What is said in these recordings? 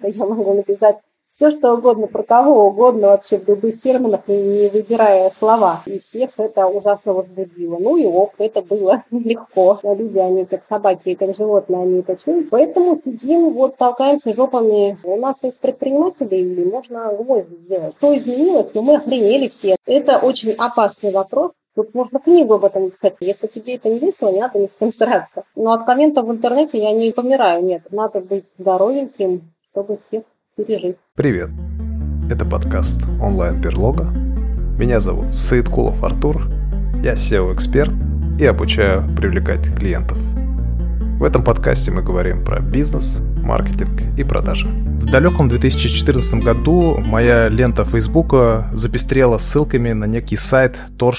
Я могу написать все, что угодно, про кого угодно, вообще в любых терминах, не выбирая слова. И всех это ужасно возбудило. Ну и ок, это было легко. Люди, они как собаки и как животные, они это чуют. Поэтому сидим, вот толкаемся жопами. У нас есть предприниматели, и можно гвозди сделать. Что изменилось? Ну, мы охренели все. Это очень опасный вопрос. Тут можно книгу об этом написать. Если тебе это не весело, не надо ни с кем сраться. Но от комментов в интернете я не помираю. Нет, надо быть здоровеньким, чтобы всех пережить. Привет. Это подкаст онлайн-берлога. Меня зовут Саидкулов Артур. Я SEO-эксперт и обучаю привлекать клиентов. В этом подкасте мы говорим про бизнес, маркетинг и продажи. В далеком 2014 году моя лента Фейсбука запестрела ссылками на некий сайт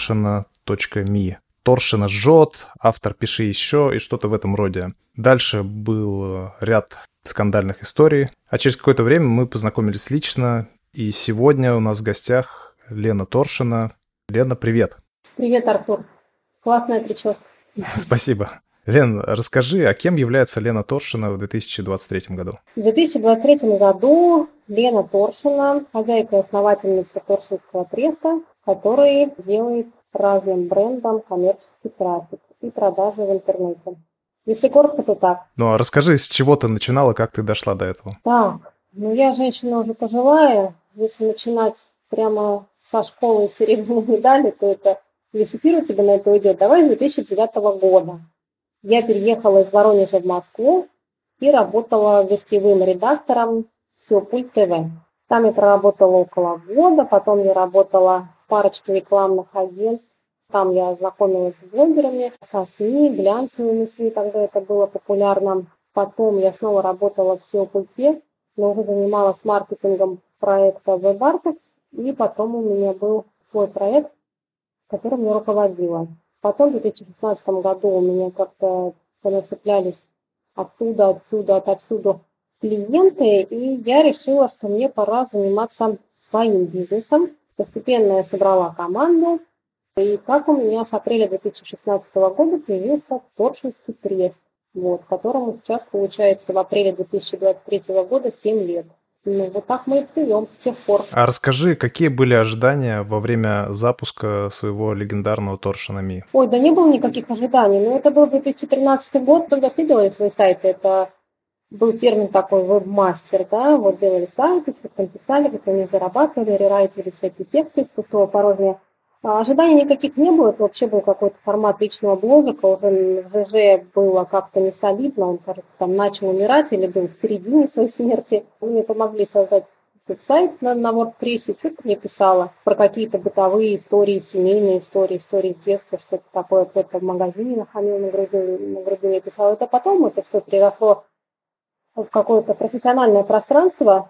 torshina.me. Торшина жжет, автор пиши еще и что-то в этом роде. Дальше был ряд скандальных историй, а через какое-то время мы познакомились лично, и сегодня у нас в гостях Лена Торшина. Лена, привет. Привет, Артур. Классная прическа. Спасибо. Лен, расскажи, а кем является Лена Торшина в 2023 году? В 2023 году Лена Торшина, хозяйка и основательница Торшинского треста, который делает разным брендам коммерческий трафик и продажи в интернете. Если коротко, то так. Ну, а расскажи, с чего ты начинала, как ты дошла до этого? Так, я женщина уже пожилая. Если начинать прямо со школы серебряной медали, то это весь эфир у тебя на это уйдет. Давай с 2009 года. Я переехала из Воронежа в Москву и работала гостевым редактором Сеопульт ТВ. Там я проработала около года, потом я работала в парочке рекламных агентств. Там я знакомилась с блогерами, со СМИ, глянцевыми СМИ, тогда это было популярно. Потом я снова работала в Сеопульте, но уже занималась маркетингом проекта WebArtex. И потом у меня был свой проект, которым я руководила. Потом в 2016 году у меня как-то понацеплялись оттуда, отсюда, отовсюду клиенты, и я решила, что мне пора заниматься своим бизнесом. Постепенно я собрала команду, и так у меня с апреля 2016 года появился Торшинский трест, которому сейчас, получается, в апреле 2023 года 7 лет. Вот так мы и плывем с тех пор. А расскажи, какие были ожидания во время запуска своего легендарного Торшина.me? Ой, да не было никаких ожиданий. Это был 2013 год, тогда все делали свои сайты. Это был термин такой веб-мастер, да, делали сайты, что-то там писали, как они зарабатывали, рерайтили всякие тексты из пустого порожня. Ожиданий никаких не было, это вообще был какой-то формат личного бложика, уже в ЖЖ было как-то не солидно, он, кажется, там начал умирать или был в середине своей смерти. Мне помогли создать этот сайт на WordPress, что-то мне писала про какие-то бытовые истории, семейные истории с детства, что-то такое, кто-то в магазине нахамил, нагрубил, я писала. Это потом это все переросло в какое-то профессиональное пространство,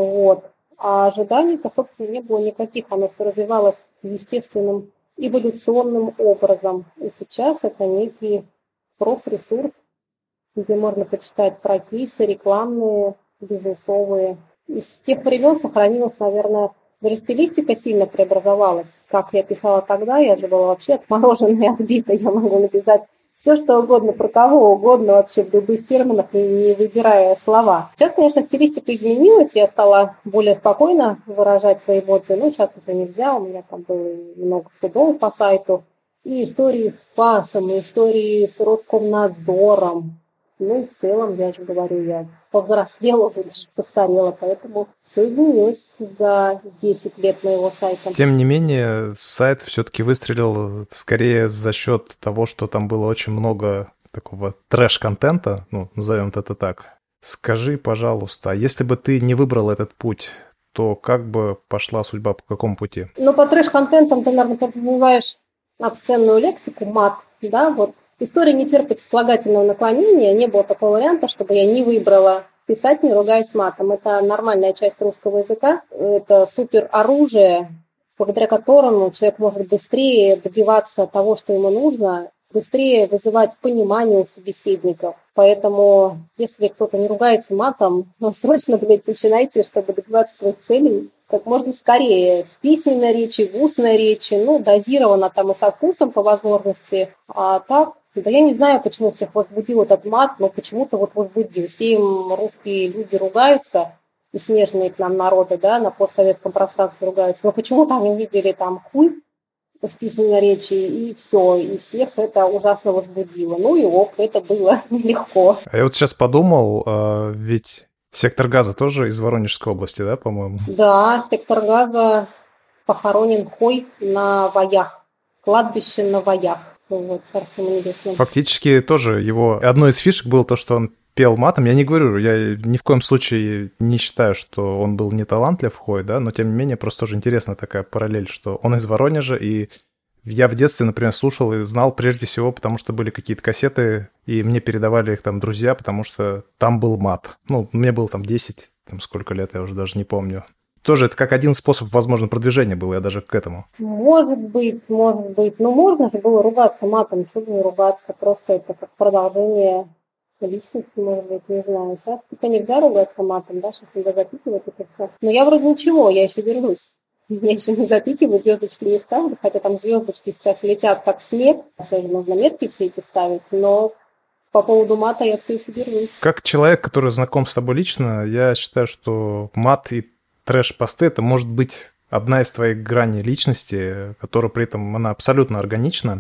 А ожиданий-то, собственно, не было никаких. Оно все развивалось естественным эволюционным образом. И сейчас это некий профресурс, где можно почитать про кейсы рекламные, бизнесовые. И с тех времен сохранилась, наверное, даже стилистика сильно преобразовалась. Как я писала тогда, я же была вообще отмороженная и отбита. Я могу написать все, что угодно, про кого угодно, вообще в любых терминах, не выбирая слова. Сейчас, конечно, стилистика изменилась, я стала более спокойно выражать свои эмоции. Сейчас уже нельзя, у меня там было много судов по сайту. И истории с ФАСом, и истории с Роскомнадзором. И в целом, я же говорю, я повзрослела, уже даже постарела, поэтому все изменилось за 10 лет моего сайта. Тем не менее, сайт все-таки выстрелил скорее за счет того, что там было очень много такого трэш-контента, назовем это так. Скажи, пожалуйста, если бы ты не выбрал этот путь, то как бы пошла судьба, по какому пути? По трэш-контентам ты, наверное, подразумеваешь обсценную лексику, мат, да, История не терпит слагательного наклонения, не было такого варианта, чтобы я не выбрала писать, не ругаясь матом. Это нормальная часть русского языка, это супер оружие, благодаря которому человек может быстрее добиваться того, что ему нужно, быстрее вызывать понимание у собеседников. Поэтому, если кто-то не ругается матом, срочно, начинайте, чтобы добиваться своих целей как можно скорее. В письменной речи, в устной речи, дозированно там и со вкусом по возможности. А так, да я не знаю, почему всех возбудил этот мат, но почему-то возбудил. Все им русские люди ругаются, и смежные к нам народы, да, на постсоветском пространстве ругаются. Но почему-то они увидели там хуй в письменной речи, и все, и всех это ужасно возбудило. Ну и ок, это было нелегко. А я вот сейчас подумал, ведь сектор Газа тоже из Воронежской области, да, по-моему? Да, сектор Газа похоронен хуй на Ваях, кладбище на Ваях. Вот, царство ему небесное. Фактически тоже его... Одной из фишек было то, что он пел матом. Я не говорю, я ни в коем случае не считаю, что он был не талантлив Хой, да, но тем не менее просто тоже интересна такая параллель, что он из Воронежа, и я в детстве, например, слушал и знал прежде всего, потому что были какие-то кассеты, и мне передавали их там друзья, потому что там был мат. Ну, мне было там 10, там сколько лет, я уже даже не помню. Тоже это как один способ, возможно, продвижения был, я даже к этому. Может быть. Ну, можно же было ругаться матом, чего не ругаться, просто это как продолжение личности, может быть, не знаю. Сейчас типа нельзя ругаться матом, да, сейчас надо запикивать это все. Но я вроде ничего, я еще держусь. Я еще не запикиваю, звездочки не ставлю, хотя там звездочки сейчас летят как снег. Сейчас же можно метки все эти ставить, но по поводу мата я все еще держусь. Как человек, который знаком с тобой лично, я считаю, что мат и трэш-посты — это может быть одна из твоих граней личности, которая при этом она абсолютно органична.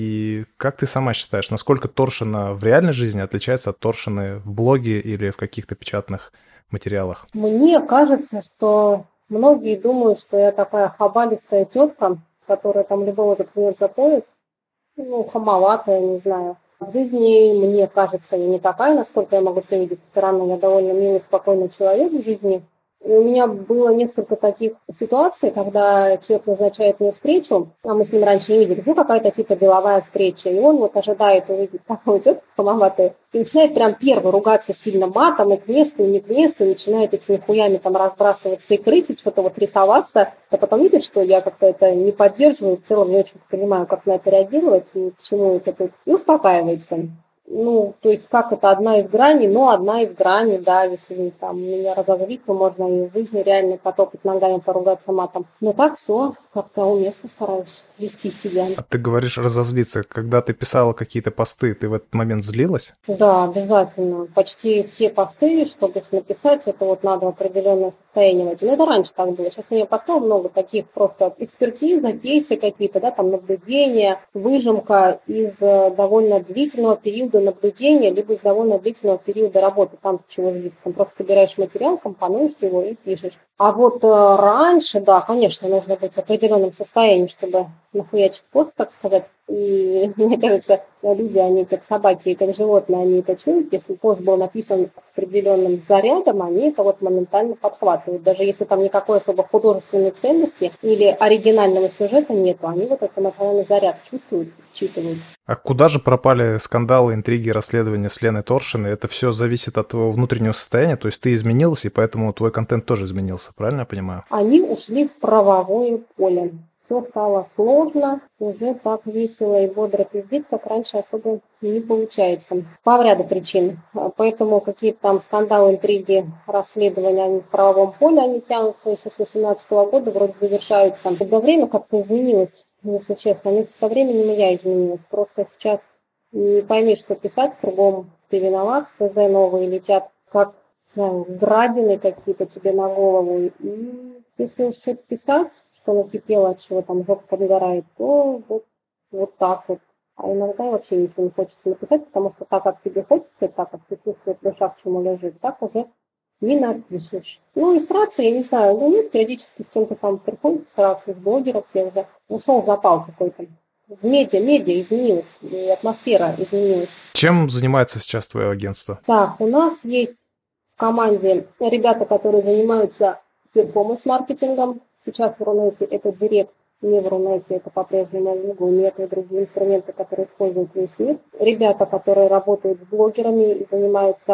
И как ты сама считаешь, насколько торшина в реальной жизни отличается от торшины в блоге или в каких-то печатных материалах? Мне кажется, что многие думают, что я такая хабалистая тетка, которая там любого заткнет за пояс, ну, хамоватая, не знаю. В жизни, мне кажется, я не такая, насколько я могу все видеть со стороны. Я довольно милый, спокойный человек в жизни. И у меня было несколько таких ситуаций, когда человек назначает мне встречу, а мы с ним раньше не видели, ну, какая-то типа деловая встреча, и он вот ожидает увидеть такую тетку хамоватую, и начинает прям первый ругаться сильно матом, и к месту, и не к месту, и начинает этими хуями там разбрасываться и крыть, что-то вот рисоваться, а потом видит, что я как-то это не поддерживаю, в целом не очень понимаю, как на это реагировать, и к чему это тут, и успокаивается. Ну, то есть, как это одна из граней, но одна из граней, да, если там меня разозлить, то можно и в жизни реально потопать ногами, поругаться матом. Но так все, как-то уместно стараюсь вести себя. А ты говоришь разозлиться. Когда ты писала какие-то посты, ты в этот момент злилась? Да, обязательно. Почти все посты, чтобы их написать, это вот надо определенное состояние войти. Ну, это раньше так было. Сейчас у меня постов много таких просто экспертиза, кейсы какие-то, да, там наблюдения, выжимка из довольно длительного периода наблюдения, либо из довольно длительного периода работы. Там чего злиться, там просто собираешь материал, компонуешь его и пишешь. А вот раньше, да, конечно, нужно быть в определенном состоянии, чтобы нахуячить пост, так сказать. И мне кажется, люди, они как собаки и как животные, они это чуют. Если пост был написан с определенным зарядом, они это вот моментально подхватывают. Даже если там никакой особо художественной ценности или оригинального сюжета нету, они вот этот эмоциональный заряд чувствуют, считывают. А куда же пропали скандалы, интриги, расследования с Леной Торшиной? Это все зависит от твоего внутреннего состояния, то есть ты изменился, и поэтому твой контент тоже изменился, правильно я понимаю? Они ушли в правовое поле. Все стало сложно, уже так весело и бодро пиздить, как раньше особо не получается. По ряду причин. Поэтому какие-то там скандалы, интриги, расследования, они в правовом поле, они тянутся еще с 2018 года, вроде завершаются. Когда время как-то изменилось, если честно, вместе со временем и я изменилась. Просто сейчас не пойми, что писать, кругом ты виноват, ФЗ новые летят, как, не знаю, градины какие-то тебе на голову. И если уж что-то писать, что накипело, от чего там жопа подгорает, то вот так вот. А иногда вообще ничего не хочется написать, потому что так, как тебе хочется, так, как ты чувствуешь, душа к чему лежит, так уже не напишешь. Ну и сраться, я не знаю, ну нет, периодически с кем-то там приходится сраться, с блогеров, я уже ушел в запал какой-то. В медиа изменилась, и атмосфера изменилась. Чем занимается сейчас твое агентство? Так, у нас есть в команде ребята, которые занимаются перформанс-маркетингом. Сейчас в Рунете это директ, не в Рунете, это по-прежнему Google, Мета и другие инструменты, которые используют весь мир. Ребята, которые работают с блогерами и занимаются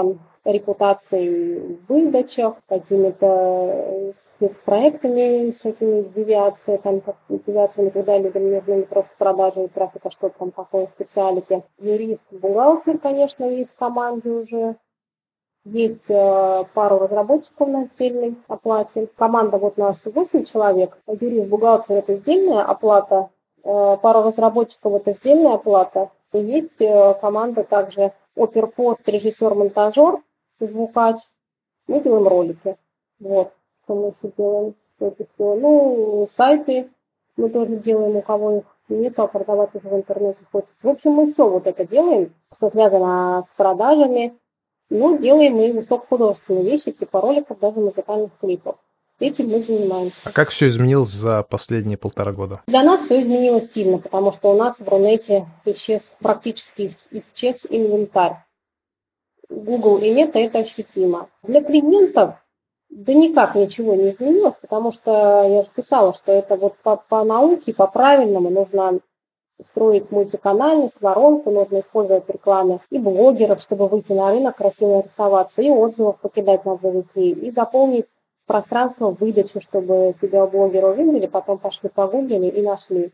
репутацией в выдачах, какими-то спецпроектами, всякими девиациями, когда людям нужны не просто продажи и трафик, а что-то там такое специалити. Юрист, бухгалтер, конечно, есть в команде уже. Есть пару разработчиков на сдельной оплате. Команда вот у нас 8 человек. Юрист, бухгалтер — это сдельная оплата. Пару разработчиков — это сдельная оплата. И есть команда также оперпост, режиссер-монтажер, звукач. Мы делаем ролики. Вот, что мы еще делаем, что это все. Ну, сайты мы тоже делаем, у кого их нет, а продавать уже в интернете хочется. В общем, мы все вот это делаем, что связано с продажами. Ну, делаем и высокохудожественные вещи, типа роликов, даже музыкальных клипов. Этим мы занимаемся. А как все изменилось за последние 1,5 года? Для нас все изменилось сильно, потому что у нас в Рунете практически исчез инвентарь. Google и Мета это ощутимо. Для клиентов да никак ничего не изменилось, потому что я же писала, что это вот по науке, по-правильному нужно строить мультиканальность, воронку, нужно использовать в рекламе и блогеров, чтобы выйти на рынок, красиво рисоваться, и отзывов покидать на языке, и заполнить пространство выдачи, чтобы тебя блогеры увидели, потом пошли погуглили и нашли.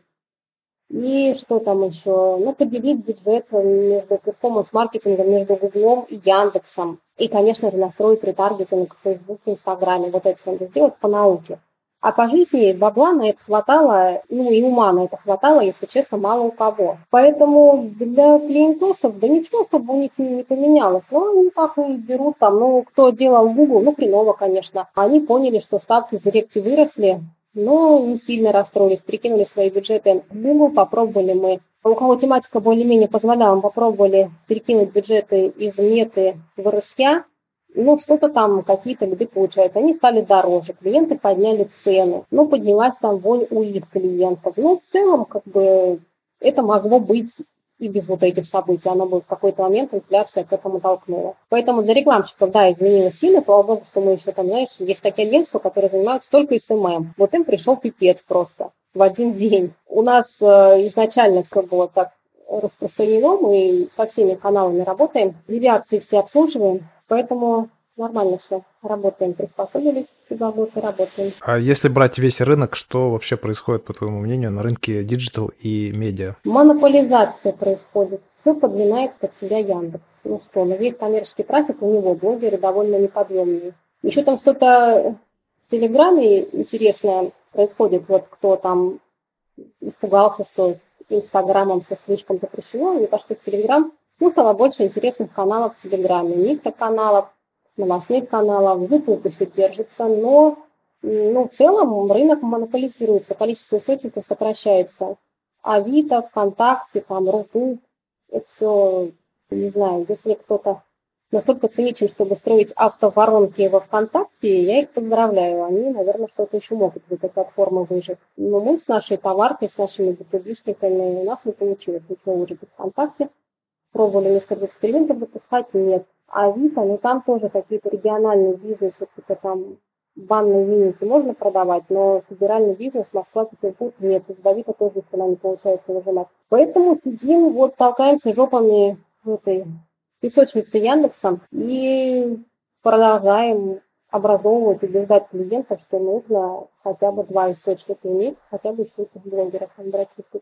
И что там еще? Ну, поделить бюджет между перформанс-маркетингом, между Гуглом и Яндексом. И, конечно же, настроить ретаргетинг в Фейсбуке, Инстаграме. Вот это надо сделать по науке. А по жизни бабла на это хватало, ну и ума на это хватало, если честно, мало у кого. Поэтому для клиентосов, да ничего особо у них не поменялось. Ну, они так и берут там, ну, кто делал Google, ну, хреново, конечно. Они поняли, что ставки в Директе выросли, но не сильно расстроились, перекинули свои бюджеты в Google, попробовали мы. У кого тематика более-менее позволяла, мы попробовали перекинуть бюджеты из Меты в РСЯ. Ну, что-то там, какие-то лиды получаются. Они стали дороже, клиенты подняли цены. Ну, поднялась там вонь у их клиентов. Ну, в целом, как бы, это могло быть и без вот этих событий. Оно бы в какой-то момент инфляция к этому толкнула. Поэтому для рекламщиков, да, изменилось сильно. Слава богу, что мы еще там, знаешь, есть такие агентства, которые занимаются только СММ. Вот им пришел пипец просто в один день. У нас изначально все было так распространено. Мы со всеми каналами работаем. Девиации все обслуживаем. Поэтому нормально все. Работаем, приспособились за год и работаем. А если брать весь рынок, что вообще происходит, по твоему мнению, на рынке диджитал и медиа? Монополизация происходит. Все подминает под себя Яндекс. Ну что, но весь коммерческий трафик у него, блогеры довольно неподъемные. Еще там что-то в Телеграме интересное происходит. Вот кто там испугался, что с Инстаграмом все слишком запрещено. Мне кажется, Телеграм стало больше интересных каналов в Телеграме, микроканалов, новостных каналов, YouTube еще держится, но в целом рынок монополизируется, количество источников сокращается. Авито, ВКонтакте, там, Рутуб, это все, не знаю, если кто-то настолько циничен, чтобы строить автоворонки во ВКонтакте, я их поздравляю, они, наверное, что-то еще могут в этой платформе выжить. Но мы с нашей товаркой, с нашими B2B-шниками, у нас не получилось ничего выжить из ВКонтакте. Пробовали несколько экспериментов выпускать, нет. А Авито, ну там тоже какие-то региональные бизнесы, типа там банные виники можно продавать, но федеральный бизнес, Москва, Петербург, нет. Из Авито тоже никогда не получается выжимать. Поэтому сидим, вот толкаемся жопами в этой песочнице Яндекса и продолжаем образовывать, убеждать клиентов, что нужно хотя бы 2 источника иметь, хотя бы еще этих блогеров, брать чуть-чуть.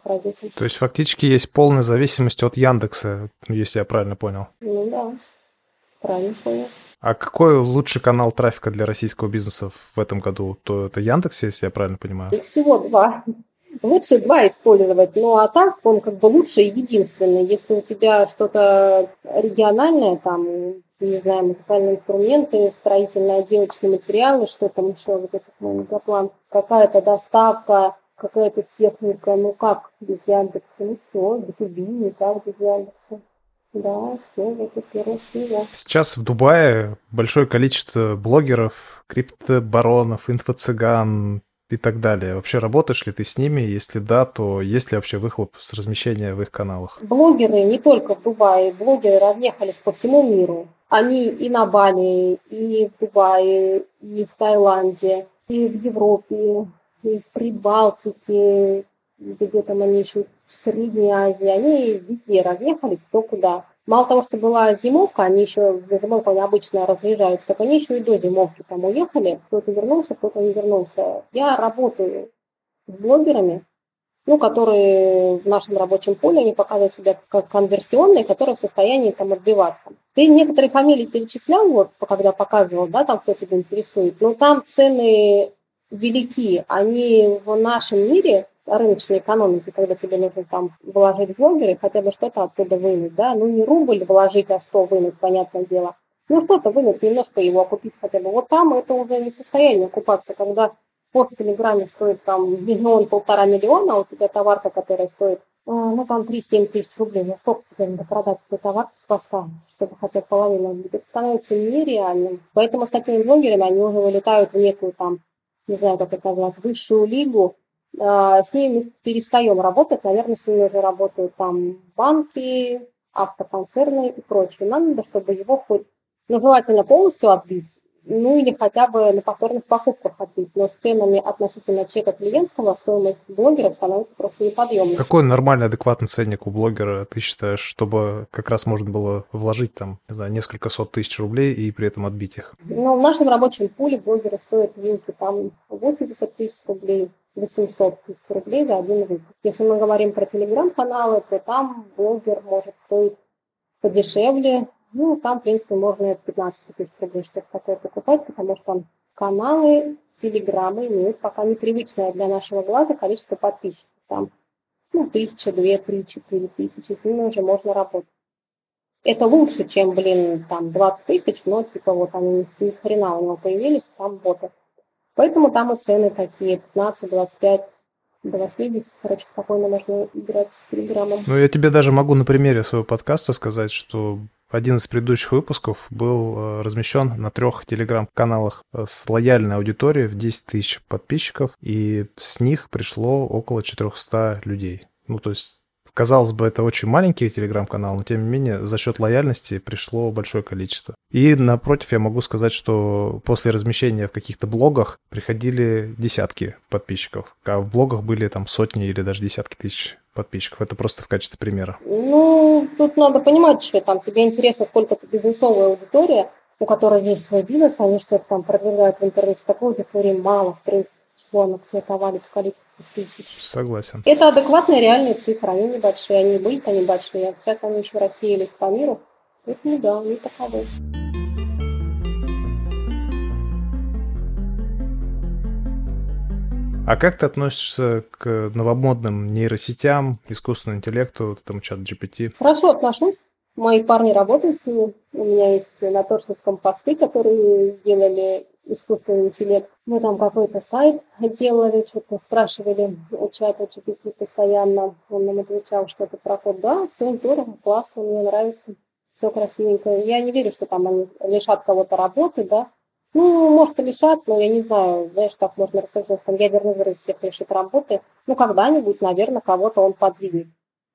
То есть фактически есть полная зависимость от Яндекса, если я правильно понял. Ну да, правильно понял. А какой лучший канал трафика для российского бизнеса в этом году? То это Яндекс, если я правильно понимаю? Их всего 2. Лучше 2 использовать, ну а так он как бы лучше и единственный. Если у тебя что-то региональное, там, не знаю, музыкальные инструменты, строительные отделочные материалы, что там еще, вот этот мой мегаплан, какая-то доставка, какая-то техника, ну как без Яндекса, ну все, B2B, никак без Яндекса. Да, все, это первое всего. Сейчас в Дубае большое количество блогеров, криптобаронов, инфо-цыган и так далее. Вообще работаешь ли ты с ними? Если да, то есть ли вообще выхлоп с размещения в их каналах? Блогеры не только в Дубае, блогеры разъехались по всему миру. Они и на Бали, и в Дубае, и в Таиланде, и в Европе, и в Прибалтике, где там они еще в Средней Азии, они везде разъехались, кто куда. Мало того, что была зимовка, они еще, для зимовки они обычно разъезжаются, так они еще и до зимовки там уехали. Кто-то вернулся, кто-то не вернулся. Я работаю с блогерами, которые в нашем рабочем поле, они показывают себя как конверсионные, которые в состоянии там отбиваться. Ты некоторые фамилии перечислял, вот, когда показывал, да, там кто тебя интересует, но там цены велики, они в нашем мире рыночной экономики, когда тебе нужно там вложить в блогеры, хотя бы что-то оттуда вынуть, да, ну не рубль вложить, а 100 вынуть, понятное дело, Ну, что-то вынуть, немножко его окупить хотя бы. Вот там это уже не в состоянии окупаться, когда пост в Телеграме стоит там 1-1,5 миллиона, а у тебя товарка, которая стоит, ну, там 3-7 тысяч рублей. Ну, сколько тебе надо продать этой товарки с поста, чтобы хотя бы половину отбить? Это становится нереальным. Поэтому с такими блогерами они уже вылетают в некую там, не знаю, как это назвать, высшую лигу. С ними мы перестаем работать. Наверное, с ними уже работают там банки, автоконцерны и прочее. Нам надо, чтобы его хоть, ну, желательно полностью отбить, ну, или хотя бы на повторных покупках отбить. Но с ценами относительно чека клиентского стоимость блогеров становится просто неподъемной. Какой нормальный, адекватный ценник у блогера, ты считаешь, чтобы как раз можно было вложить там, не знаю, несколько сот тысяч рублей и при этом отбить их? Ну, в нашем рабочем пуле блогеры стоят вилки там 80 тысяч рублей, 800 тысяч рублей за один выпуск. Если мы говорим про телеграм-каналы, то там блогер может стоить подешевле. Ну, там, в принципе, можно от 15 тысяч рублей что-то такое покупать, потому что там каналы, телеграммы имеют пока непривычное для нашего глаза количество подписчиков. Там, ну, 1000, 2, 3, 4 тысячи, с ними уже можно работать. Это лучше, чем, там 20 тысяч, но типа вот они ни с хрена у него появились, там боты. Поэтому там и цены такие, 15, 25, до 80, короче, спокойно можно играть с телеграммом. Ну, я тебе даже могу на примере своего подкаста сказать, что один из предыдущих выпусков был размещен на 3 телеграм-каналах с лояльной аудиторией в 10 тысяч подписчиков, и с них пришло около 400 людей. Ну, то есть, казалось бы, это очень маленький телеграм-канал, но тем не менее за счет лояльности пришло большое количество. И напротив, я могу сказать, что после размещения в каких-то блогах приходили десятки подписчиков, а в блогах были там сотни или даже десятки тысяч подписчиков. Это просто в качестве примера. Ну, тут надо понимать, что там тебе интересно, сколько ты бизнесовая аудитория, у которой есть свой бизнес, они что-то там продвигают в интернете. Такой аудитории мало, в принципе, чего она к тебе валит в количестве тысяч. Согласен. Это адекватные реальные цифры, они небольшие, они были-то небольшие, а сейчас они еще рассеялись по миру. Поэтому да, они таковы. А как ты относишься к новомодным нейросетям, искусственному интеллекту, вот этому чат GPT? Хорошо отношусь. Мои парни работают с ними. У меня есть на Торшинском посты, которые делали искусственный интеллект. Мы там какой-то сайт делали, что-то спрашивали у чата GPT постоянно. Он нам отвечал что-то про код. Да, все здорово, классно, мне нравится. Все красивенько. Я не верю, что там они лишат кого-то работы, да. Ну, может, и лишат, но я не знаю, знаешь, так можно рассуждать, что там ядерный взрыв всех лишит работы. Ну, когда-нибудь, наверное, кого-то он подвинет.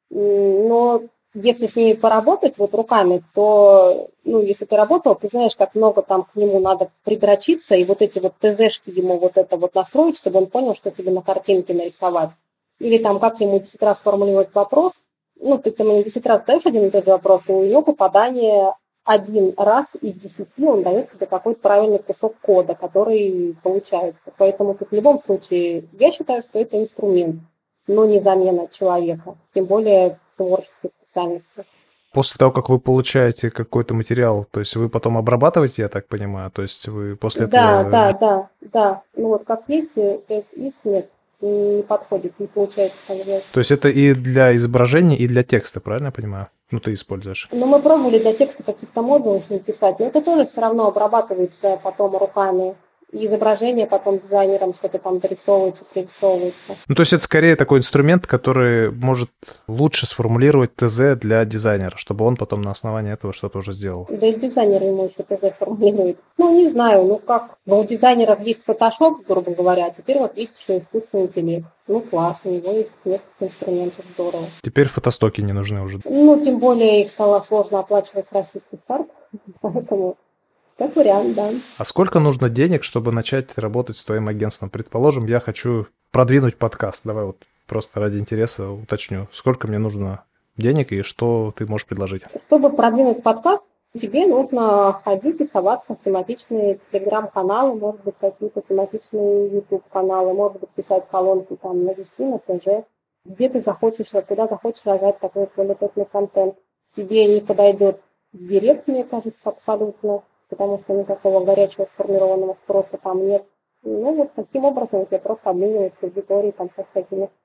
Но если с ними поработать вот руками, то, ну, если ты работал, ты знаешь, как много там к нему надо придрочиться, и вот эти вот ТЗшки ему вот это вот настроить, чтобы он понял, что тебе на картинке нарисовать. Или там как ему 10 раз формулировать вопрос. Ну, ты ему 10 раз задаешь один и тот же вопрос, и у него попадание 1 раз из 10 он дает тебе какой-то правильный кусок кода, который получается. Поэтому тут в любом случае я считаю, что это инструмент, но не замена человека, тем более творческой специальности. После того, как вы получаете какой-то материал, то есть вы потом обрабатываете, я так понимаю, то есть вы после этого... Да. Ну вот как есть, as is, нет, не подходит, не получается так делать. То есть это и для изображения, и для текста, правильно я понимаю? Ну, ты используешь. Ну, мы пробовали для текста каких-то модулей с ним писать, но это тоже все равно обрабатывается потом руками. И изображение потом дизайнером что-то там дорисовывается, пририсовывается. Ну, то есть это скорее такой инструмент, который может лучше сформулировать ТЗ для дизайнера, чтобы он потом на основании этого что-то уже сделал. Да и дизайнер ему еще ТЗ формулирует. Ну, не знаю, ну как. Ну, у дизайнеров есть Photoshop, грубо говоря, а теперь вот есть еще искусственный интеллект. Ну, классно, у него есть несколько инструментов, здорово. Теперь фотостоки не нужны уже. Ну, тем более их стало сложно оплачивать с российских карт, поэтому... Как вариант, да. А сколько нужно денег, чтобы начать работать с твоим агентством? Предположим, я хочу продвинуть подкаст. Давай вот просто ради интереса уточню. Сколько мне нужно денег и что ты можешь предложить? Чтобы продвинуть подкаст, тебе нужно ходить и соваться в тематичные телеграм-каналы, может быть, какие-то тематичные YouTube-каналы, может быть, писать колонки там на VC, на ТЖ, где ты захочешь, куда захочешь рожать такой квалитетный контент. Тебе не подойдет директ, мне кажется, абсолютно, потому что никакого горячего сформированного спроса там нет. Ну, вот таким образом тебе просто обмениваются аудиторией там со всякими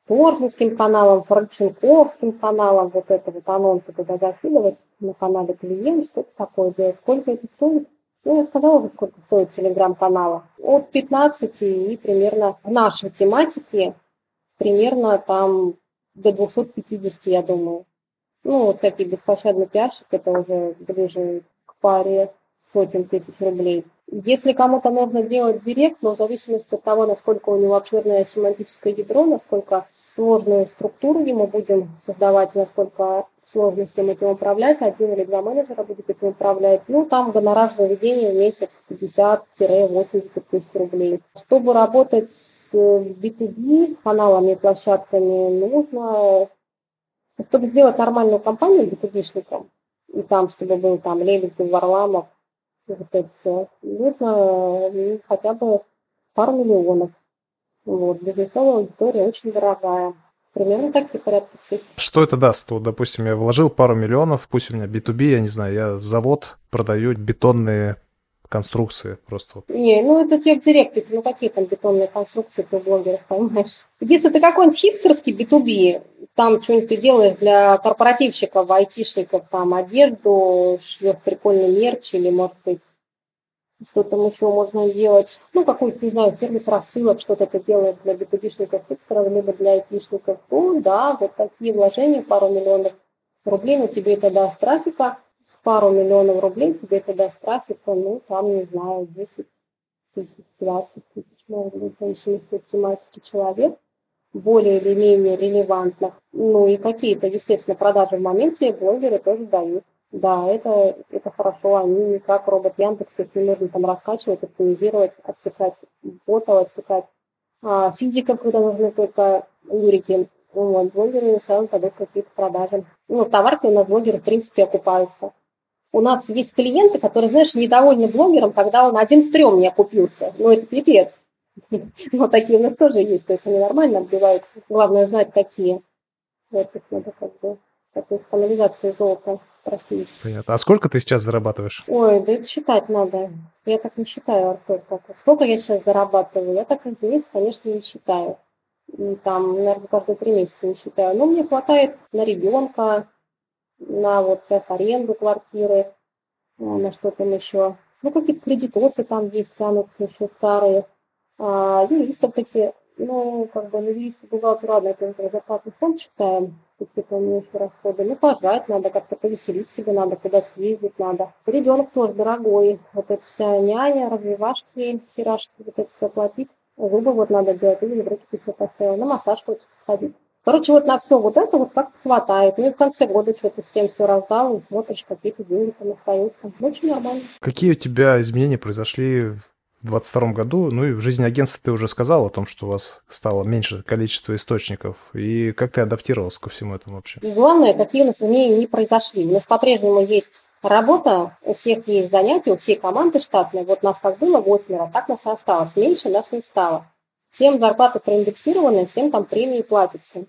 Торжинским каналом, Франченковским каналом, вот это вот анонсы туда закидывать на канале клиент, что-то такое делать. Сколько это стоит? Ну, я сказала уже, сколько стоит телеграм-канала. От 15 и примерно в нашей тематике примерно там до 250, я думаю. Ну, вот всякий беспощадный пиарщик, это уже ближе к паре сотен тысяч рублей. Если кому-то нужно делать директ, но в зависимости от того, насколько у него обширное семантическое ядро, насколько сложную структуру ему будем создавать, насколько сложно всем этим управлять, 1 или 2 менеджера будет этим управлять, ну, там гонорар заведения в месяц 50-80 тысяч рублей. Чтобы работать с B2B каналами и площадками, нужно, чтобы сделать нормальную компанию B2B-шникам, и там, чтобы был там Лебедев, Варламов, вот это все, нужно хотя бы пару миллионов. Вот. Бизнесовая аудитория очень дорогая. Примерно такие порядки цифр. Что это даст? Вот, допустим, я вложил пару миллионов, пусть у меня B2B, я не знаю, я завод продаю бетонные конструкции просто. Не, ну это тебе в директ, ну какие там бетонные конструкции ты у блогеров поймаешь. Если ты какой-нибудь хипстерский B2B, там что-нибудь ты делаешь для корпоративщиков, айтишников, там одежду, шьешь прикольный мерч или, может быть, что там еще можно делать, ну, какой-то, не знаю, сервис рассылок, что-то ты делаешь для B2B-шников, хипстеров, либо для айтишников, то да, вот такие вложения, пару миллионов рублей, но тебе это даст трафика, с пару миллионов рублей тебе это даст трафика, ну, там, не знаю, 10 тысяч, 20 тысяч, может быть, в зависимости от тематики человек, более или менее релевантных. Ну, и какие-то, естественно, продажи в моменте блогеры тоже дают. Да, это хорошо, они не как робот Яндекс, их не нужно там раскачивать, оптимизировать, отсекать ботов, отсекать физиков, когда нужны только лирики. Вот, блогеры сразу дадут какие-то продажи. Ну, в товарке у нас блогеры, в принципе, окупаются. У нас есть клиенты, которые, знаешь, недовольны блогером, когда он 1 к 3 не окупился. Ну, это пипец. Но такие у нас тоже есть, то есть они нормально отбиваются. Главное знать, какие. Вот их надо как бы такую канализацию золота просить. Понятно. А сколько ты сейчас зарабатываешь? Ой, да это считать надо. Я так не считаю, Артур. Сколько я сейчас зарабатываю? Я так каждый месяц, конечно, не считаю. И там, наверное, каждые 3 месяца не считаю. Но мне хватает на ребенка, на вот сейчас аренду квартиры, на что там еще. Ну, какие-то кредитосы там есть, тянутся еще старые. Юристов такие, ну, как бы на юриста бухгалтера, ладно, это зарплатный фонд считаем, какие-то у меня еще расходы. Ну, пожрать надо, как-то повеселить себе надо, куда съездить надо. Ребенок тоже дорогой. Вот эта вся няня, развивашки, херашки, вот это все платить. Зубы вот надо делать, или в руки ты себе поставил, на массаж хочется сходить. Короче, вот на все вот это вот как-то хватает. Ну и в конце года что-то всем все раздал, и смотришь, какие-то деньги там остаются. Очень нормально. Какие у тебя изменения произошли в 2022 году? Ну и в жизни агентства ты уже сказал о том, что у вас стало меньше количество источников. И как ты адаптировался ко всему этому вообще? И главное, какие у нас изменения не произошли. У нас по-прежнему есть работа, у всех есть занятия, у всей команды штатной. Вот нас как было 8, так нас и осталось. Меньше нас не стало. Всем зарплаты проиндексированы, всем там премии платятся.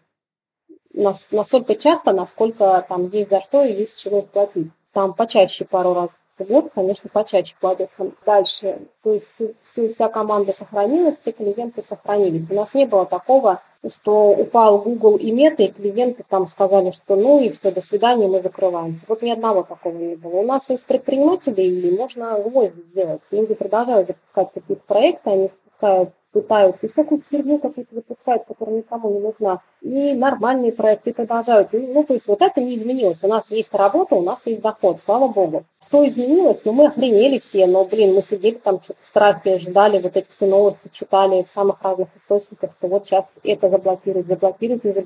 Настолько часто, насколько там есть за что и есть с чего их платить. Там почаще пару раз в год, конечно, почаще платятся. Дальше, то есть вся команда сохранилась, все клиенты сохранились. У нас не было такого, что упал Google и Meta, и клиенты там сказали, что ну и все, до свидания, мы закрываемся. Вот ни одного такого не было. У нас из предпринимателей можно гвозди делать. Люди продолжают запускать какие-то проекты, они пытаются и всякую херню какую-то выпускают, которая никому не нужна. И нормальные проекты продолжают. Ну, то есть вот это не изменилось. У нас есть работа, у нас есть доход, слава богу. Что изменилось? Ну, мы охренели все, но, мы сидели там что-то в страхе, ждали вот эти все новости, читали в самых разных источниках, что вот сейчас это заблокируют. Вот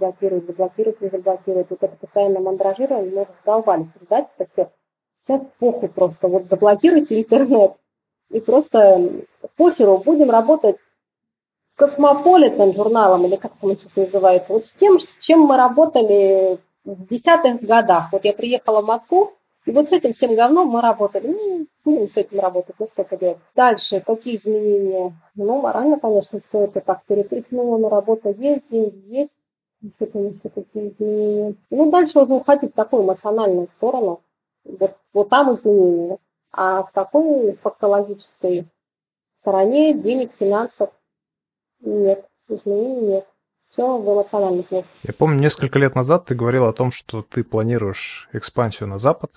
это постоянно мандражирование, мы задолбались ждать это все. Сейчас похуй просто, вот заблокируйте интернет. И просто похеру, будем работать с Космополитен журналом, или как это сейчас называется, вот с тем, с чем мы работали в 10-х годах. Вот я приехала в Москву, и вот с этим всем говном мы работали. Ну, будем с этим работать, ну что поделать. Дальше, какие изменения? Ну, морально, конечно, все это так перетряхнуло, но работа есть, деньги есть. Что-то еще какие изменения. Ну, дальше уже уходить в такую эмоциональную сторону. Вот там изменения. А в такой фактологической стороне денег, финансов нет, изменений нет. Все в эмоциональной плоскости. Я помню, несколько лет назад ты говорил о том, что ты планируешь экспансию на Запад.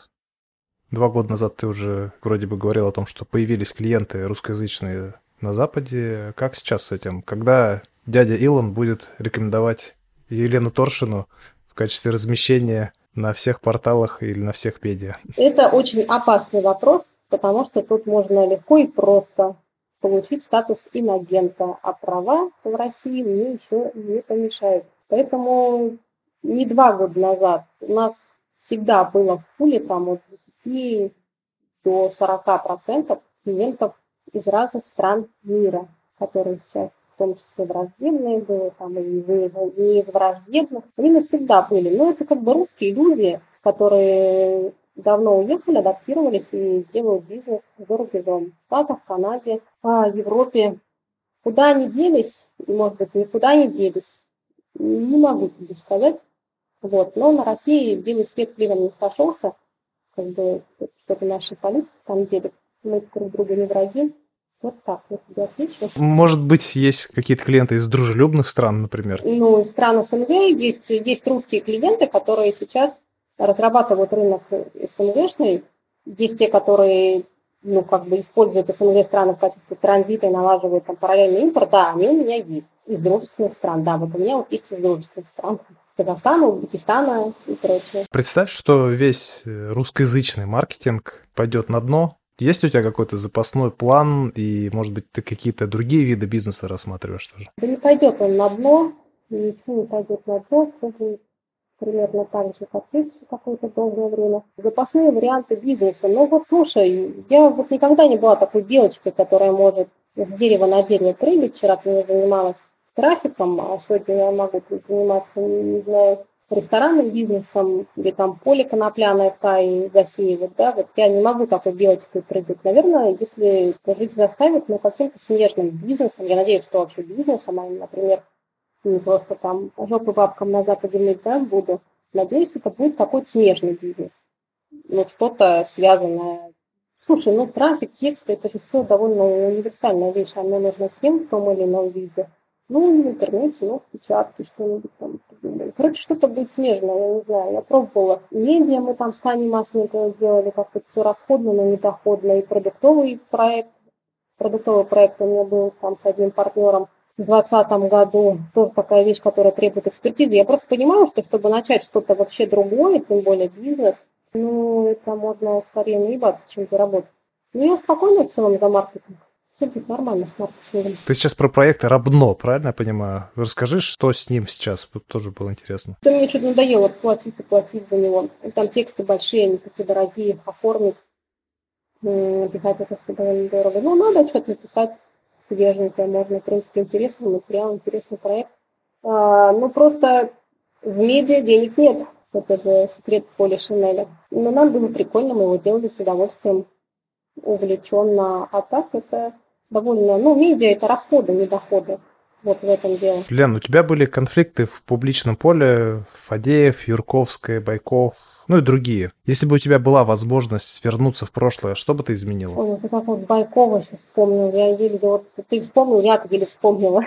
2 года назад ты уже вроде бы говорил о том, что появились клиенты русскоязычные на Западе. Как сейчас с этим? Когда дядя Илон будет рекомендовать Елену Торшину в качестве размещения на всех порталах или на всех медиа? Это очень опасный вопрос, потому что тут можно легко и просто получить статус инагента, а права в России мне еще не помешают. Поэтому не 2 года назад у нас всегда было в пуле там от 10 до 40% клиентов из разных стран мира, которые сейчас в том числе враждебные были, там и не из враждебных. Они навсегда были. Но это как бы русские люди, которые давно уехали, адаптировались и делают бизнес за рубежом. В Штатах, Канаде, Европе. Куда они делись, может быть, никуда не делись, не могу тебе сказать. Вот. Но на России белый свет клином не сошелся. Как бы что-то наши политики там делят. Мы друг друга не враги. Вот так я тебе отвечу. Может быть, есть какие-то клиенты из дружелюбных стран, например? Ну, из стран СНГ есть русские клиенты, которые сейчас разрабатывают рынок СНГшный. Есть те, которые используют СНГ страны в качестве транзита и налаживают там параллельный импорт. Да, они у меня есть. Из дружественных стран, да. Вот у меня есть из дружественных стран. Казахстана, Узбекистана и прочее. Представь, что весь русскоязычный маркетинг пойдет на дно. Есть у тебя какой-то запасной план и, может быть, ты какие-то другие виды бизнеса рассматриваешь тоже? Да не пойдет он на дно, ничего не пойдет на дно, все будет примерно так же, как есть какое-то долгое время. Запасные варианты бизнеса. Ну вот слушай, я вот никогда не была такой белочкой, которая может с дерева на дерево прыгать. Вчера я занималась трафиком, а сегодня я могу заниматься, не знаю, ресторанным бизнесом, или там поле конопляное в Тае засеивать, да, вот я не могу такой белочкой прыгать. Наверное, если жизнь заставит, каким-то смежным бизнесом, я надеюсь, что вообще бизнесом, например, не просто там жопу бабкам на Западе мыть, да, буду. Надеюсь, это будет какой-то смежный бизнес. Что-то связанное. Слушай, трафик, тексты, это же все довольно универсальная вещь, оно нужно всем в том или ином виде. В интернете, в печатке что-нибудь там придумали. Короче, что-то будет смежное, я не знаю. Я пробовала. Медиа мы там с Таней Масленниковой делали, как-то все расходно, но недоходно. И продуктовый проект у меня был там с одним партнером в 2020 году. Тоже такая вещь, которая требует экспертизы. Я просто понимаю, что чтобы начать что-то вообще другое, тем более бизнес, это можно скорее наебаться, чем заработать. Я спокойно в целом за маркетинг. Все будет нормально с маркетингом. Ты сейчас про проект Рабно, правильно я понимаю? Расскажи, что с ним сейчас, вот тоже было интересно. Да мне что-то надоело платить за него. Там тексты большие, они такие дорогие, их оформить. Писать это все довольно дорого. Надо что-то написать свеженькое, можно, в принципе, интересный материал, интересный проект. Просто в медиа денег нет. Это же секрет Поли Шинеля. Но нам было прикольно, мы его делали с удовольствием, увлеченно. А так это довольно... медиа – это расходы, не доходы. Вот в этом дело. Лен, у тебя были конфликты в публичном поле, Фадеев, Юрковская, Байков, и другие. Если бы у тебя была возможность вернуться в прошлое, что бы ты изменила? Ой, ты как вот Байкова сейчас вспомнил. Я еле... ты вспомнил, я еле вспомнила.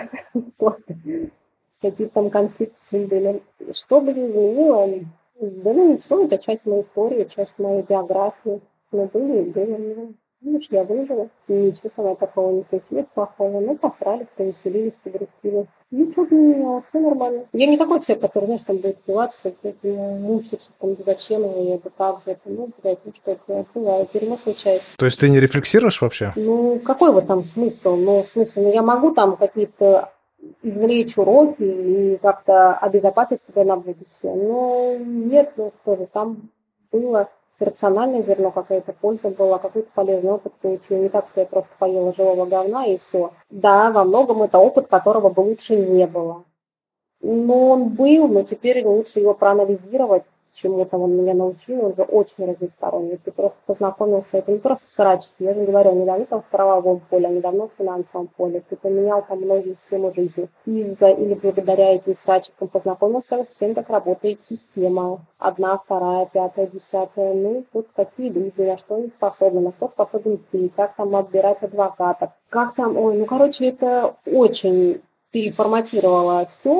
Какие там конфликты с ним были. Что бы я изменила? Да ничего, это часть моей истории, часть моей биографии. Были. Я выжила. Ничего со мной такого не случилось плохого. Посрались, повеселились, погрустили. Ничего не менялось, все нормально. Я не такой человек, который, там будет пиваться, мучиться, зачем я это так же. Что это бывает, дерьмо случается. То есть ты не рефлексируешь вообще? Какой вот там смысл? Я могу там какие-то извлечь уроки и как-то обезопасить себя на будущее. Но нет, что же, там было рациональное зерно, какая-то польза была, какой-то полезный опыт получил. Не так, что я просто поела живого говна и все. Да, во многом это опыт, которого бы лучше не было. Но он был, но теперь лучше его проанализировать. Чему-то он меня научил, он же очень разносторонний. Ты просто познакомился, это не просто срачки. Я же говорю, недавно там в правовом поле, а недавно в финансовом поле. Ты поменял там многие схемы жизни. Из-за или благодаря этим срачкам познакомился с тем, как работает система. 1, 2, 5, 10. Вот какие люди, на что они способны, на что способен ты, как там отбирать адвокатов. Как там, это очень переформатировало все.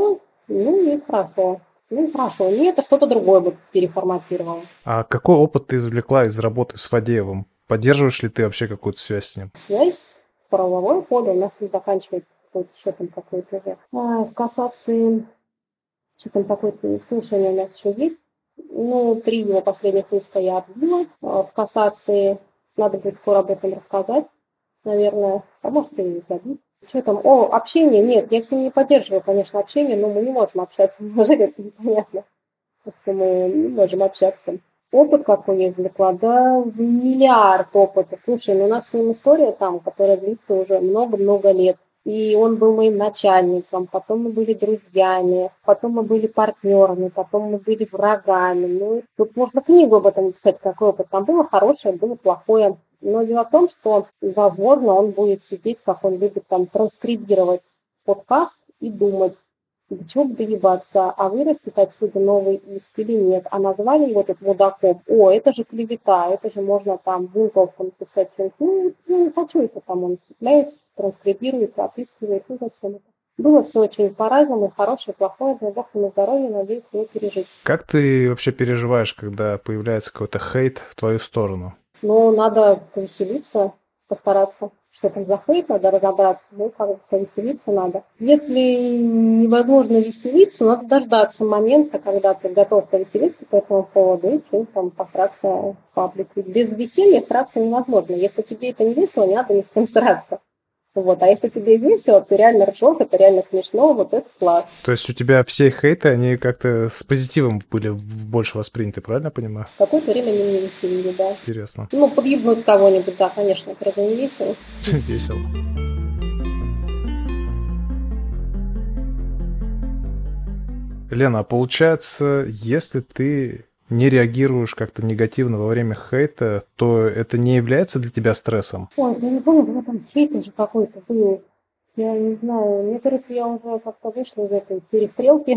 Ну и хорошо. Ну и хорошо. И это что-то другое бы переформатировало. А какой опыт ты извлекла из работы с Фадеевым? Поддерживаешь ли ты вообще какую-то связь с ним? Связь, правовое поле у нас не заканчивается какой-то, что там какой-то уже. В кассации, что там какое-то слушание у нас еще есть. Ну, 3 его последних иска я отбила. В кассации надо будет скоро об этом рассказать, наверное. А может, и забить. Что там? Общение? Нет, я с ним не поддерживаю, конечно, общение, но мы не можем общаться. Неужели это непонятно? Потому что мы не можем общаться. Опыт какой я извлекла? Да, миллиард опыта. Слушай, ну у нас с ним история там, которая длится уже много-много лет. И он был моим начальником, потом мы были друзьями, потом мы были партнерами, потом мы были врагами. Ну, тут можно книгу об этом написать, какой опыт. Там было хорошее, было плохое. Но дело в том, что, возможно, он будет сидеть, как он любит там транскрибировать подкаст и думать, до чего бы доебаться, а вырастет отсюда новый иск или нет. А назвали его тут мудаком. Это же клевета, это же можно там бунтовку написать что-нибудь. Ну, я не хочу это там, он цепляется, транскрибирует, отыскивает. Ну, зачем это? Было все очень по-разному, хорошее, плохое, дай бог ему здоровья, надеюсь его пережить. Как ты вообще переживаешь, когда появляется какой-то хейт в твою сторону? Ну, надо повеселиться, постараться. Что там за хейт, надо разобраться. Ну, как бы повеселиться надо. Если невозможно веселиться, надо дождаться момента, когда ты готов повеселиться по этому поводу и что-нибудь там посраться в паблике. Без веселья сраться невозможно. Если тебе это не весело, не надо ни с кем сраться. Вот. А если тебе весело, ты реально ржешь, это реально смешно, вот это класс. То есть у тебя все хейты, они как-то с позитивом были больше восприняты, правильно я понимаю? Какое-то время они меня веселили, да. Интересно. Ну, подъебнуть кого-нибудь, да, конечно, это разве не весело? Весело. Лена, а получается, если ты не реагируешь как-то негативно во время хейта, то это не является для тебя стрессом? Ой, да я не помню, когда там хейт уже какой-то был. Я не знаю, мне кажется, я уже как-то вышла из этой перестрелки.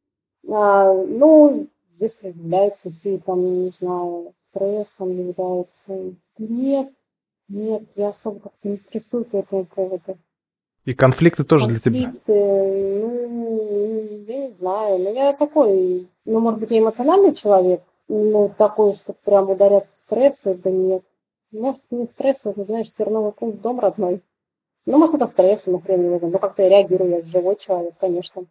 Ну, если является хейтом, не знаю, стрессом является. Да нет, я особо как-то не стрессую по этому поводу. И конфликты тоже для тебя? Конфликты, ну, я не знаю. Но я такой, ну, может быть, я эмоциональный человек, ну, такой, чтобы прям ударяться в стрессы, да нет. Может, не стресс, уже, знаешь, терновый кунст, дом родной. Ну, может, это стресс, например, не знаю. Ну, как-то я реагирую, я живой человек, конечно.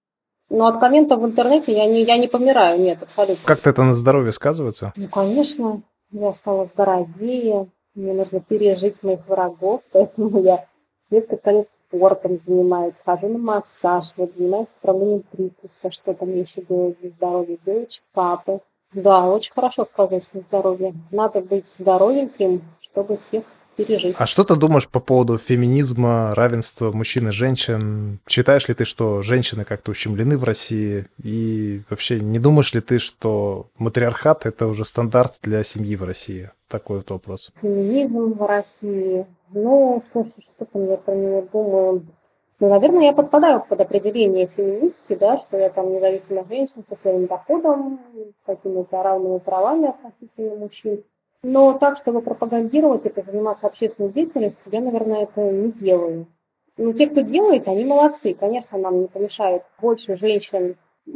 Но от комментов в интернете я не помираю, нет, абсолютно. Как-то это на здоровье сказывается? Ну, конечно, я стала здоровее, мне нужно пережить моих врагов, поэтому я несколько лет спортом занимаюсь, хожу на массаж, вот занимаюсь управлением прикуса, что там я еще делаю для здоровья, делаю чекапы. Да, очень хорошо сказывается на здоровье. Надо быть здоровеньким, чтобы всех пережить. А что ты думаешь по поводу феминизма, равенства мужчин и женщин? Считаешь ли ты, что женщины как-то ущемлены в России? И вообще не думаешь ли ты, что матриархат – это уже стандарт для семьи в России? Такой вот вопрос. Феминизм в России. Ну, слушай, что там я про него думаю? Ну, наверное, я подпадаю под определение феминистки, да, что я там независимая женщина со своим доходом, с какими-то равными правами относительно мужчин. Но так, чтобы пропагандировать это, заниматься общественной деятельностью, я, наверное, это не делаю. Но те, кто делает, они молодцы. Конечно, нам не помешает больше женщин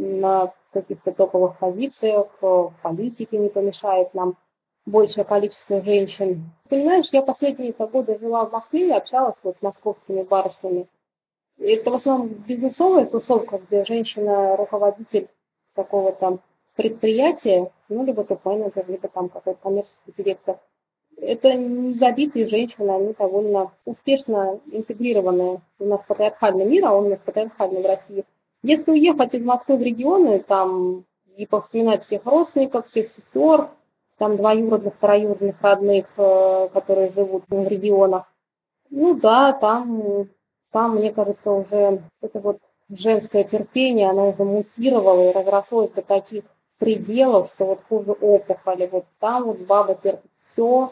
на каких-то топовых позициях, в политике не помешает нам большее количество женщин. Понимаешь, я последние годы жила в Москве и общалась вот с московскими барышнями. Это в основном бизнесовая тусовка, где женщина руководитель какого-то предприятия, ну, либо топ-менеджер, либо там какой-то коммерческий директор. Это не забитые женщины, они довольно успешно интегрированы. У нас патриархальный мир, а он у нас патриархальный в России. Если уехать из Москвы в регионы, там и повспоминать всех родственников, всех сестер, там двоюродных, троюродных, родных, которые живут в регионах, ну да, там, мне кажется, уже это вот женское терпение, оно уже мутировало и разрослось до таких пределов, что вот хуже опухоли. Вот там вот баба терпит все,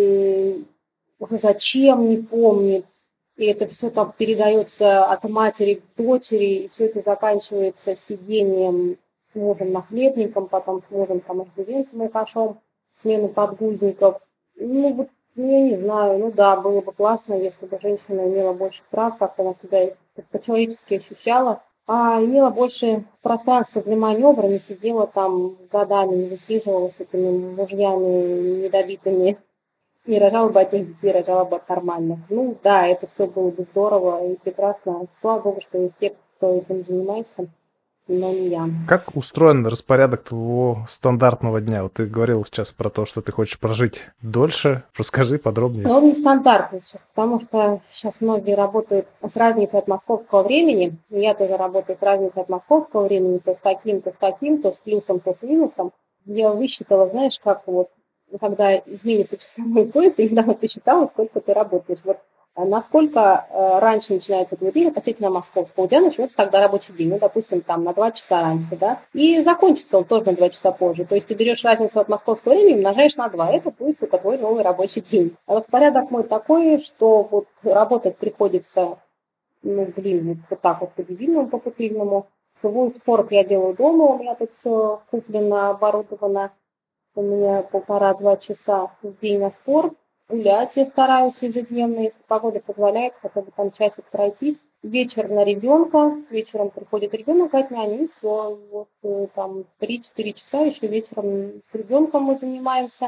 и уже зачем не помнит. И это все там передается от матери к дочери, и все это заканчивается сидением с мужем-нахлебником, потом с мужем там иждивенцем алкашом, смену подгузников. Ну, вот, я не знаю, ну да, было бы классно, если бы женщина имела больше прав, как она себя по-человечески ощущала. а имела больше пространства для маневра, не сидела там годами, не высиживала с этими мужьями недобитыми, не рожала бы от них детей, рожала бы от нормальных. Ну да, это все было бы здорово и прекрасно. Слава богу, что есть те, кто этим занимается, но не я. Как устроен распорядок твоего стандартного дня? Вот ты говорил сейчас про то, что ты хочешь прожить дольше. Расскажи подробнее. Но он не стандартный сейчас, потому что сейчас многие работают с разницей от московского времени. И я тоже работаю с разницей от московского времени, то с таким, то с таким, то с плюсом, то с минусом. Я высчитала, знаешь, как вот, когда изменится часовой пояс, и недавно ты считала, сколько ты работаешь. Вот насколько раньше начинается твой день относительно московского. У тебя начнется тогда рабочий день, ну, допустим, там на 2 часа раньше, да, и закончится он тоже на 2 часа позже. То есть ты берешь разницу от московского времени, умножаешь на 2, это будет, сука, твой новый рабочий день. Распорядок мой такой, что вот работать приходится, ну, блин, вот так вот по-дебильному, по-путильному. Свой спорт я делаю дома, у меня тут все куплено, оборудовано. У меня 1,5-2 часа в день на спорт. Гулять я стараюсь ежедневно, если погода позволяет, хотя бы там часик пройтись. Вечер на ребенка. Вечером приходит ребенок от няни, и все. Вот там 3-4 часа еще вечером с ребенком мы занимаемся.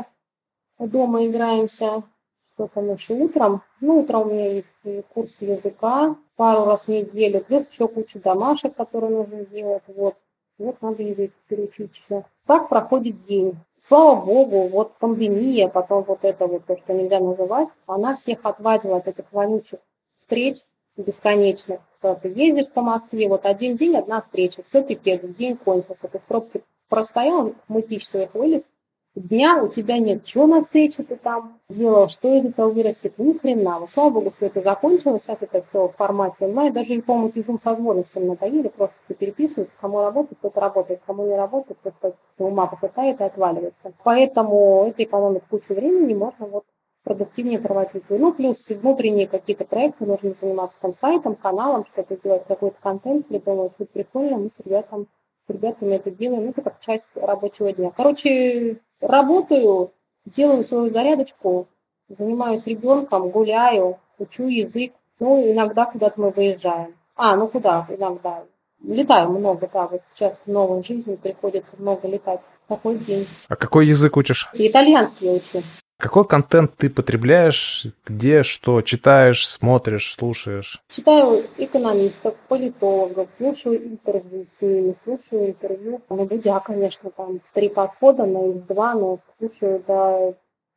Дома играемся. Что там еще утром? Ну, утром у меня есть курс языка пару раз в неделю, плюс еще куча домашек, которые нужно делать. Вот надо язык переучить еще. Так проходит день. Слава богу, вот пандемия, потом вот это вот то, что нельзя называть, она всех отвадила от этих вонючих встреч бесконечных. Когда ты ездишь по Москве, вот один день, одна встреча, все пипец, день кончился, ты в пробке простоял, мытищ своих вылез, дня у тебя нет, что на встрече ты там делал, что из этого вырастет, ни хрена. Вот, слава богу, все это закончилось, сейчас это все в формате онлайн, даже, по-моему, эти зум-созвоны всем надоели, просто все переписываются, кому работает, тот работает, кому не работает, тот ума попытает и отваливается. Поэтому это экономит кучу времени, можно вот продуктивнее проводить. Ну, плюс внутренние какие-то проекты, нужно заниматься там сайтом, каналом, что-то делать, какой-то контент придумывать, что-то прикольное, мы с ребятами это делаем, это как часть рабочего дня. Короче, работаю, делаю свою зарядочку, занимаюсь ребенком, гуляю, учу язык, ну, иногда куда-то мы выезжаем. Ну куда иногда? Летаю много, да, вот сейчас в новой жизни приходится много летать. Такой день. А какой язык учишь? Итальянский я учу. Какой контент ты потребляешь, где, что читаешь, смотришь, слушаешь? Читаю экономистов, политологов, слушаю интервью с ними, слушаю интервью на Дудя, конечно, там в 3 подхода, на X2, но слушаю, да,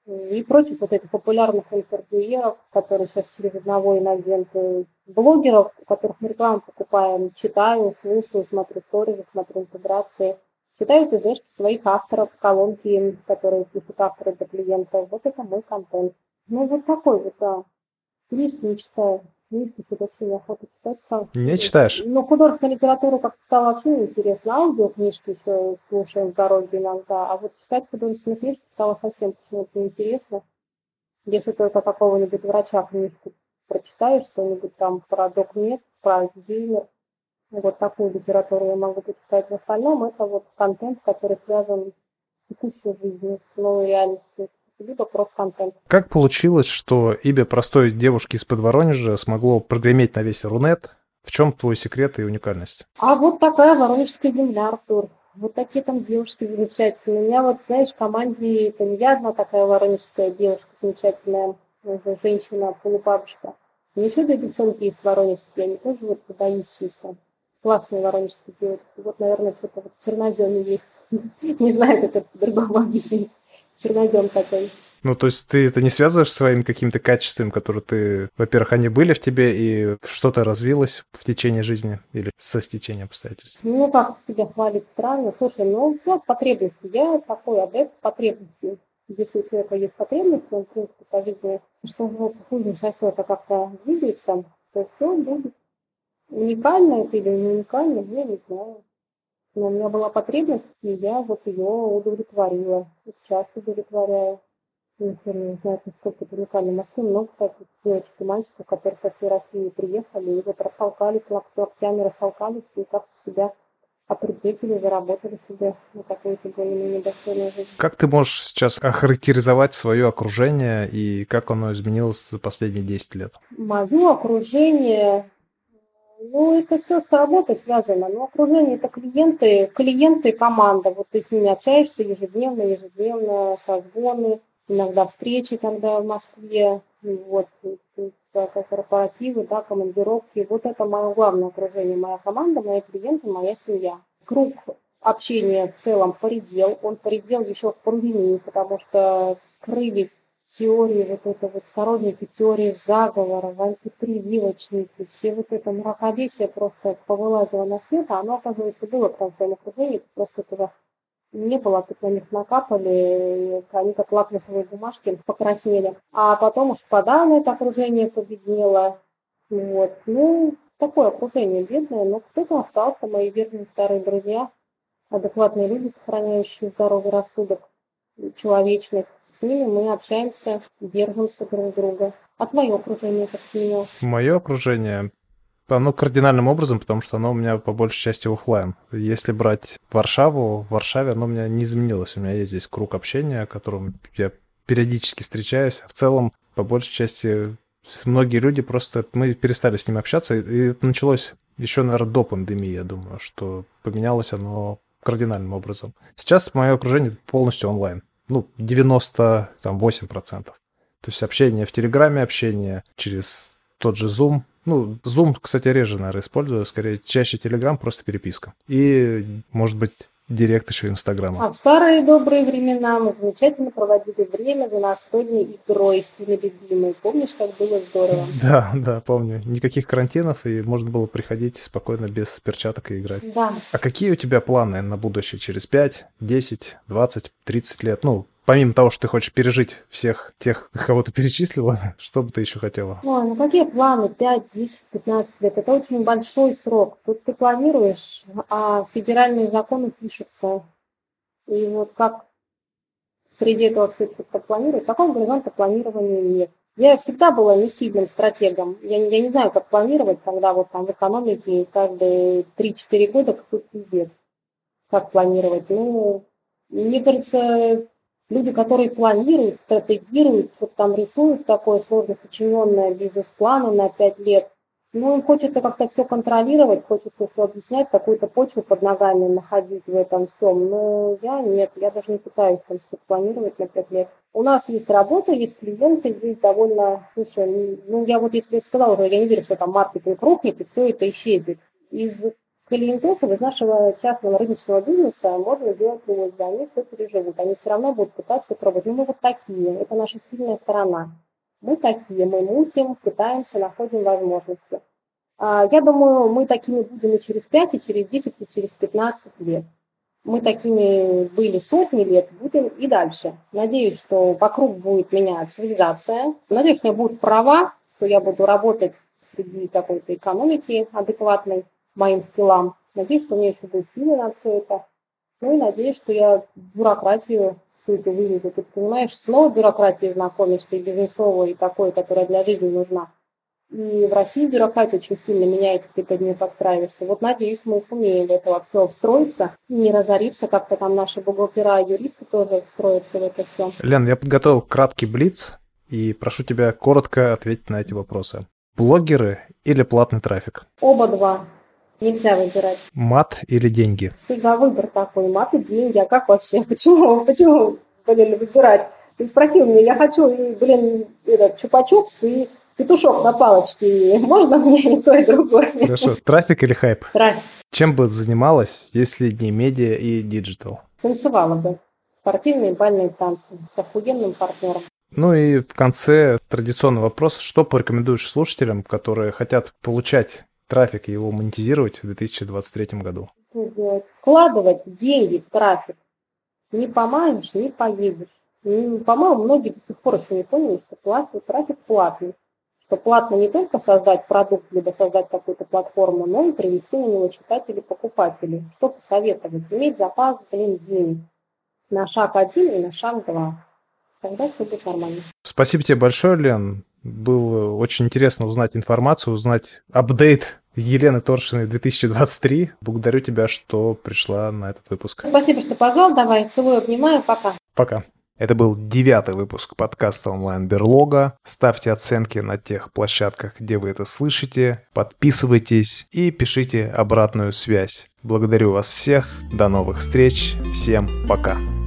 и прочих вот этих популярных интервьюеров, которые сейчас через одного инагента, блогеров, у которых мы рекламу покупаем, читаю, слушаю, смотрю сторизы, смотрю интеграции. Читаю ТЗшки своих авторов, колонки, которые пишут авторы для клиентов. Вот это мой контент. Ну, вот такой вот, да. Книжки не читаю. Книжки что-то вообще неохота читать стало. Не читаешь? Ну, художественную литературу как-то стало вообще неинтересно. Аудиокнижки еще слушаем в дороге иногда. А вот читать художественные книжки стало совсем почему-то неинтересно. Если только какого-нибудь врача книжку прочитаешь, что-нибудь там про докмед, про Альцгеймер. Вот такую литературу я могу почитать. В остальном это вот контент, который связан с текущей жизнью, с новой реальностью. Либо просто контент. Как получилось, что имя простой девушки из-под Воронежа смогло прогреметь на весь Рунет? В чем твой секрет и уникальность? А вот такая воронежская земля, Артур. Вот такие там девушки замечательные. У меня вот, знаешь, в команде это не я одна такая воронежская девушка замечательная, женщина, полубабушка. У меня еще 2 девчонки есть воронежские, они тоже вот выдающиеся. Классные воронежские девочки. Вот, наверное, что-то в черноземе есть. Не знаю, как это по-другому объяснить. Чернозем такой. Ну, то есть ты это не связываешь своими какими-то качествами, которые ты... Во-первых, они были в тебе, и что-то развилось в течение жизни или со стечением обстоятельств? Ну, как себя хвалить странно. Слушай, ну, все потребности. Я такой адепт потребностей. Если у человека есть потребности, он, в принципе, по жизни, что называется, хуй не сосет, а как-то двигается, то все будет. Уникально это или не уникально, я не знаю. Но у меня была потребность, и я вот ее удовлетворила. И сейчас удовлетворяю. Не знаю, насколько это уникально. В Москве много таких девочек и мальчиков, которые со всей России приехали, и вот растолкались, локтями растолкались, и как-то себя определили, заработали себе на какую-то более-менее достойную жизнь. Как ты можешь сейчас охарактеризовать свое окружение, и как оно изменилось за последние 10 лет? Мое окружение... Ну, это все с работой связано. Но окружение – это клиенты, команда. Вот ты с ними общаешься ежедневно, созвоны, иногда встречи, когда в Москве, вот, корпоративы, да, командировки. Вот это мое главное окружение, моя команда, мои клиенты, моя семья. Круг общения в целом поредел. Он поредел еще в пандемии, потому что вскрылись теории, вот это вот сторонники теории заговоров, антипрививочники, все вот это мракобесие просто повылазило на свет, а оно, оказывается, было в своем окружении, просто этого не было, тут на них накапали, они как лакмусовые бумажки покраснели. А потом уж подавно это окружение победнело. Вот. Ну, такое окружение бедное, но кто-то остался, мои верные старые друзья, адекватные люди, сохраняющие здоровый рассудок, человечных. С ними мы общаемся, держимся друг друга. А твое окружение как поменялось? Мое окружение, оно кардинальным образом, потому что оно у меня по большей части офлайн. Если брать Варшаву, в Варшаве оно у меня не изменилось. У меня есть здесь круг общения, в котором я периодически встречаюсь. В целом, по большей части, многие люди просто... Мы перестали с ними общаться, и это началось еще, наверное, до пандемии, я думаю, что поменялось оно кардинальным образом. Сейчас мое окружение полностью онлайн. 98%. То есть общение в Телеграме, общение через тот же Zoom. Zoom, кстати, реже, наверное, использую. Скорее, чаще Telegram, просто переписка. И, может быть, директ еще Инстаграма. А в старые добрые времена мы замечательно проводили время за настольной игрой всеми любимой. Помнишь, как было здорово? Да, помню. Никаких карантинов, и можно было приходить спокойно без перчаток и играть. Да. А какие у тебя планы на будущее через 5, 10, 20, 30 лет? Помимо того, что ты хочешь пережить всех тех, кого ты перечислила, что бы ты еще хотела? Ой, какие планы? 5, 10, 15 лет. Это очень большой срок. Тут ты планируешь, а федеральные законы пишутся. И вот как среди этого все что-то планируют, такого горизонта планирования нет. Я всегда была не сильным стратегом. Я не знаю, как планировать, когда вот там в экономике каждые 3-4 года какой-то пиздец. Как планировать? Мне кажется... Люди, которые планируют, стратегируют, что-то там рисуют такое сложно сочиненное бизнес-планы на 5 лет, им хочется как-то все контролировать, хочется все объяснять, какую-то почву под ногами находить в этом всем. Но я даже не пытаюсь там что-то планировать на 5 лет. У нас есть работа, есть клиенты, есть довольно... Слушай, я тебе сказала уже, я не верю, что там маркетинг рухнет и все это исчезнет. Из клиентов из нашего частного рыночного бизнеса можно делать выводы, они все переживут, они все равно будут пытаться пробовать. Мы вот такие, это наша сильная сторона. Мы такие, мы мутим, пытаемся, находим возможности. Я думаю, мы такими будем и через 5, и через 10, и через 15 лет. Мы такими были сотни лет, будем и дальше. Надеюсь, что вокруг будет меня цивилизация. Надеюсь, что у меня будут права, что я буду работать среди какой-то экономики адекватной моим скиллам. Надеюсь, что у меня еще будут силы на все это. И надеюсь, что я бюрократию всю эту вывезу. Ты понимаешь, с новой бюрократией знакомишься, и бизнесовой, и такой, которая для жизни нужна. И в России бюрократия очень сильно меняется, ты под нее подстраиваешься. Вот надеюсь, мы сумеем в это все встроиться, не разориться, как-то там наши бухгалтера и юристы тоже встроятся в это все. Лен, я подготовил краткий блиц, и прошу тебя коротко ответить на эти вопросы. Блогеры или платный трафик? Оба два. Нельзя выбирать. Мат или деньги? Что за выбор такой? Мат и деньги. А как вообще? Почему, выбирать? Ты спросил меня, я хочу, чупа-чупс и петушок на палочке. Можно мне и то, и другое? Хорошо. Трафик или хайп? Трафик. Чем бы занималась, если не медиа и диджитал? Танцевала бы. Спортивные бальные танцы с охуенным партнером. И в конце традиционный вопрос. Что порекомендуешь слушателям, которые хотят получать трафик и его монетизировать в 2023 году? Вкладывать деньги в трафик. Не помаешь, не поедешь. По-моему, многие до сих пор еще не поняли, что трафик платный. Что платно не только создать продукт, либо создать какую-то платформу, но и привести на него читателей, покупателей. Что посоветовать? Иметь запас, денег. На шаг 1 и на шаг 2. Тогда все будет нормально. Спасибо тебе большое, Лен. Было очень интересно узнать информацию, узнать апдейт Елены Торшиной 2023. Благодарю тебя, что пришла на этот выпуск. Спасибо, что позвал. Давай, целую, обнимаю. Пока. Пока. Это был 9-й выпуск подкаста «Онлайн-берлога». Ставьте оценки на тех площадках, где вы это слышите. Подписывайтесь и пишите обратную связь. Благодарю вас всех. До новых встреч. Всем пока.